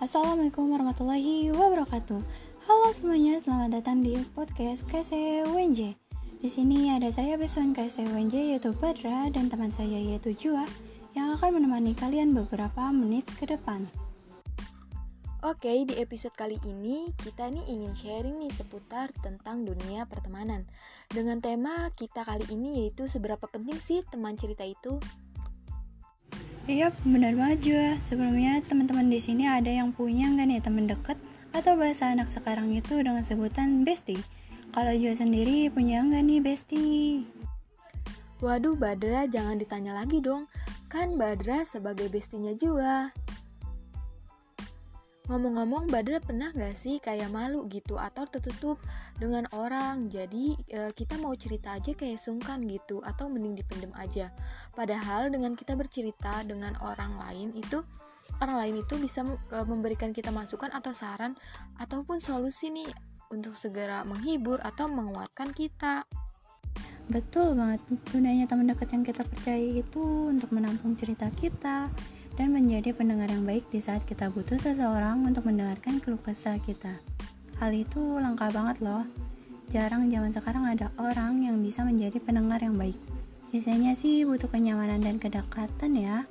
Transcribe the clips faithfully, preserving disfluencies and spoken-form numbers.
Assalamualaikum warahmatullahi wabarakatuh. Halo semuanya, selamat datang di podcast K S W N J. Di sini ada saya besuan K S W N J yaitu Badra dan teman saya yaitu Jua yang akan menemani kalian beberapa menit ke depan. Oke, di episode kali ini kita nih ingin sharing nih seputar tentang dunia pertemanan. Dengan tema kita kali ini yaitu seberapa penting sih teman cerita itu? Iya, benar banget Jua. Sebelumnya teman-teman di sini ada yang punya nggak nih teman dekat atau bahasa anak sekarang itu dengan sebutan bestie? Kalau Jua sendiri punya nggak nih bestie? Waduh Badra, jangan ditanya lagi dong. Kan Badra sebagai bestinya Jua. Ngomong-ngomong, Badra pernah gak sih kayak malu gitu atau tertutup dengan orang? Jadi e, kita mau cerita aja kayak sungkan gitu atau mending dipendem aja. Padahal dengan kita bercerita dengan orang lain itu orang lain itu bisa e, memberikan kita masukan atau saran ataupun solusi nih untuk segera menghibur atau menguatkan kita. Betul banget, gunanya teman dekat yang kita percaya itu untuk menampung cerita kita dan menjadi pendengar yang baik di saat kita butuh seseorang untuk mendengarkan keluh kesah kita. Hal itu langka banget loh. Jarang zaman sekarang ada orang yang bisa menjadi pendengar yang baik. Biasanya sih butuh kenyamanan dan kedekatan ya.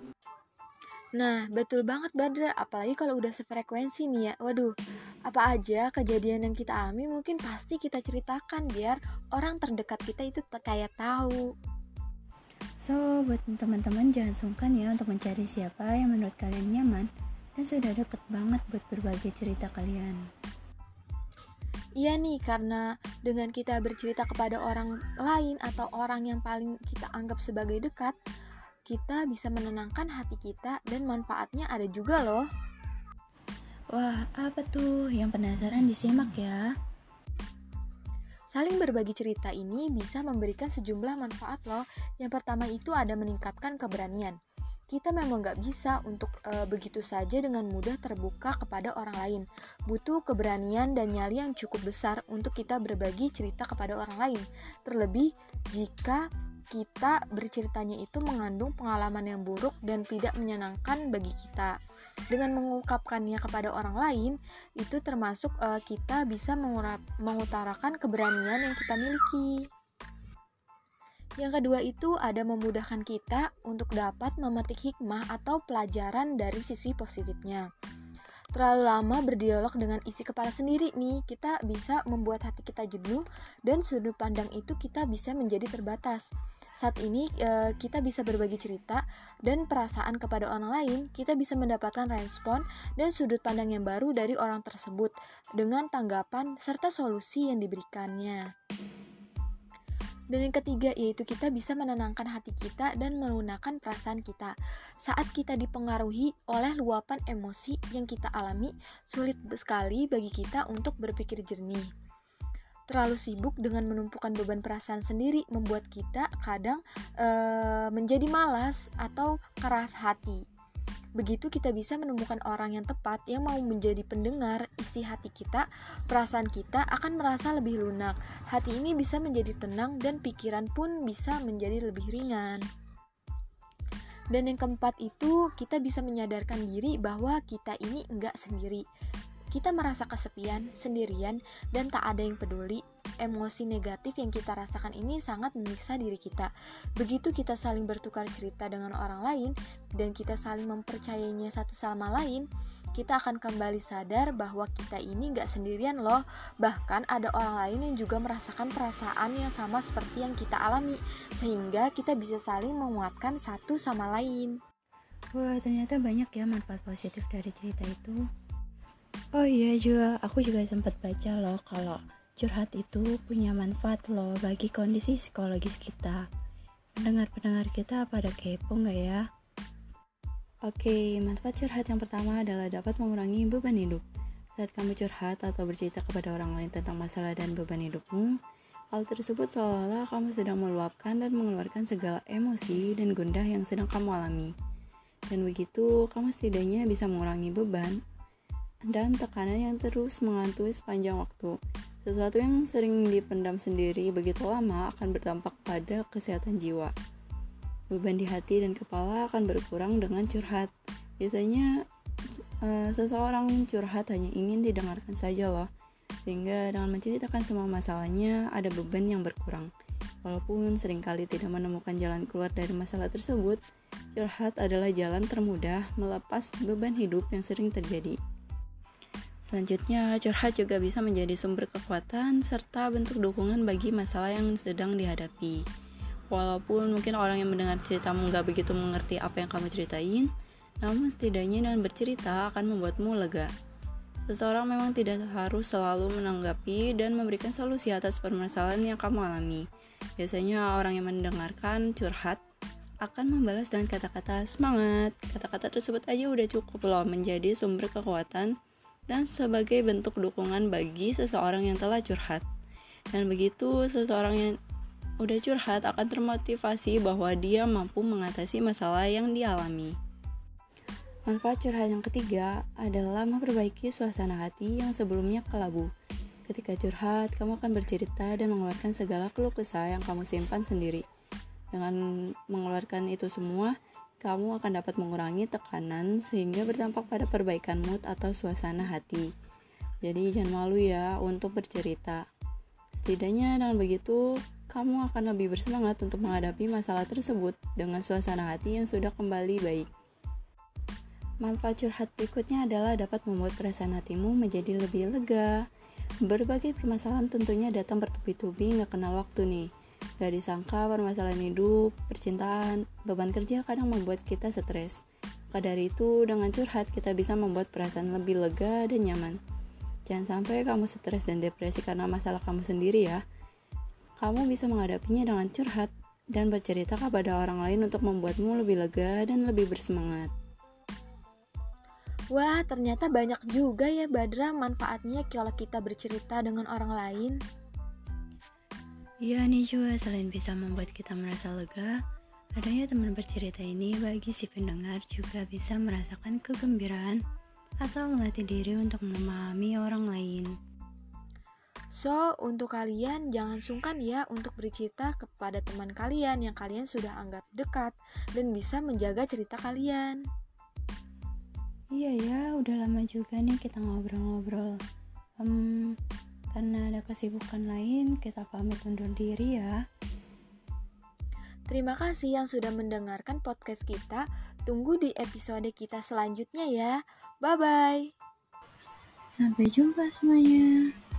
Nah, betul banget Badra, apalagi kalau udah sefrekuensi nih ya. Waduh, apa aja kejadian yang kita alami mungkin pasti kita ceritakan biar orang terdekat kita itu kayak tahu. So, buat teman-teman jangan sungkan ya untuk mencari siapa yang menurut kalian nyaman dan sudah deket banget buat berbagi cerita kalian. Iya nih, karena dengan kita bercerita kepada orang lain atau orang yang paling kita anggap sebagai dekat, kita bisa menenangkan hati kita dan manfaatnya ada juga loh. Wah, apa tuh? Yang penasaran disimak ya. Saling berbagi cerita ini bisa memberikan sejumlah manfaat loh. Yang pertama itu ada meningkatkan keberanian. Kita memang gak bisa untuk e, begitu saja dengan mudah terbuka kepada orang lain. Butuh keberanian dan nyali yang cukup besar untuk kita berbagi cerita kepada orang lain. Terlebih jika kita berceritanya itu mengandung pengalaman yang buruk dan tidak menyenangkan bagi kita. Dengan mengungkapkannya kepada orang lain, itu termasuk uh, kita bisa mengurat, mengutarakan keberanian yang kita miliki. Yang kedua itu ada memudahkan kita untuk dapat memetik hikmah atau pelajaran dari sisi positifnya. Terlalu lama berdialog dengan isi kepala sendiri nih, kita bisa membuat hati kita jenuh dan sudut pandang itu kita bisa menjadi terbatas. Saat ini e, kita bisa berbagi cerita dan perasaan kepada orang lain, kita bisa mendapatkan respon dan sudut pandang yang baru dari orang tersebut dengan tanggapan serta solusi yang diberikannya. Dan yang ketiga yaitu kita bisa menenangkan hati kita dan melunakkan perasaan kita. Saat kita dipengaruhi oleh luapan emosi yang kita alami, sulit sekali bagi kita untuk berpikir jernih. Terlalu sibuk dengan menumpukan beban perasaan sendiri membuat kita kadang e, menjadi malas atau keras hati. Begitu kita bisa menemukan orang yang tepat yang mau menjadi pendengar isi hati kita, perasaan kita akan merasa lebih lunak. Hati ini bisa menjadi tenang dan pikiran pun bisa menjadi lebih ringan. Dan yang keempat itu kita bisa menyadarkan diri bahwa kita ini enggak sendiri. Kita merasa kesepian, sendirian, dan tak ada yang peduli. Emosi negatif yang kita rasakan ini sangat menyiksa diri kita. Begitu kita saling bertukar cerita dengan orang lain, dan kita saling mempercayainya satu sama lain, kita akan kembali sadar bahwa kita ini gak sendirian loh. Bahkan ada orang lain yang juga merasakan perasaan yang sama seperti yang kita alami, sehingga kita bisa saling menguatkan satu sama lain. Wah, ternyata banyak ya manfaat positif dari cerita itu. Oh iya juga, aku juga sempat baca loh kalau curhat itu punya manfaat loh bagi kondisi psikologis kita. Pendengar-pendengar kita pada kepo nggak ya? Oke, manfaat curhat yang pertama adalah dapat mengurangi beban hidup. Saat kamu curhat atau bercerita kepada orang lain tentang masalah dan beban hidupmu, hal tersebut seolah-olah kamu sedang meluapkan dan mengeluarkan segala emosi dan gundah yang sedang kamu alami. Dan begitu, kamu setidaknya bisa mengurangi beban dan tekanan yang terus menghantui sepanjang waktu. Sesuatu yang sering dipendam sendiri begitu lama akan berdampak pada kesehatan jiwa. Beban di hati dan kepala akan berkurang dengan curhat. Biasanya uh, seseorang curhat hanya ingin didengarkan saja loh, sehingga dengan menceritakan semua masalahnya ada beban yang berkurang. Walaupun seringkali tidak menemukan jalan keluar dari masalah tersebut, curhat adalah jalan termudah melepas beban hidup yang sering terjadi. Selanjutnya, curhat juga bisa menjadi sumber kekuatan serta bentuk dukungan bagi masalah yang sedang dihadapi. Walaupun mungkin orang yang mendengar ceritamu gak begitu mengerti apa yang kamu ceritain, namun setidaknya dengan bercerita akan membuatmu lega. Seseorang memang tidak harus selalu menanggapi dan memberikan solusi atas permasalahan yang kamu alami. Biasanya orang yang mendengarkan curhat akan membalas dengan kata-kata semangat. Kata-kata tersebut aja udah cukup loh menjadi sumber kekuatan dan sebagai bentuk dukungan bagi seseorang yang telah curhat. Dan begitu seseorang yang udah curhat akan termotivasi bahwa dia mampu mengatasi masalah yang dialami. Manfaat curhat yang ketiga adalah memperbaiki suasana hati yang sebelumnya kelabu. Ketika curhat, kamu akan bercerita dan mengeluarkan segala keluh kesah yang kamu simpan sendiri. Dengan mengeluarkan itu semua, kamu akan dapat mengurangi tekanan sehingga berdampak pada perbaikan mood atau suasana hati. Jadi jangan malu ya untuk bercerita. Setidaknya dengan begitu, kamu akan lebih bersemangat untuk menghadapi masalah tersebut dengan suasana hati yang sudah kembali baik. Manfaat curhat berikutnya adalah dapat membuat perasaan hatimu menjadi lebih lega. Berbagai permasalahan tentunya datang bertubi-tubi, gak kenal waktu nih. Gak disangka permasalahan hidup, percintaan, beban kerja kadang membuat kita stres. Maka dari itu, dengan curhat kita bisa membuat perasaan lebih lega dan nyaman. Jangan sampai kamu stres dan depresi karena masalah kamu sendiri ya. Kamu bisa menghadapinya dengan curhat dan bercerita kepada orang lain untuk membuatmu lebih lega dan lebih bersemangat. Wah, ternyata banyak juga ya Badra manfaatnya kalau kita bercerita dengan orang lain. Iya nih juga, selain bisa membuat kita merasa lega, adanya teman bercerita ini bagi si pendengar juga bisa merasakan kegembiraan atau melatih diri untuk memahami orang lain. So, untuk kalian jangan sungkan ya untuk bercerita kepada teman kalian yang kalian sudah anggap dekat dan bisa menjaga cerita kalian. Iya ya, udah lama juga nih kita ngobrol-ngobrol. Hmm... Karena ada kesibukan lain, kita pamit undur diri ya. Terima kasih yang sudah mendengarkan podcast kita. Tunggu di episode kita selanjutnya ya. Bye-bye. Sampai jumpa semuanya.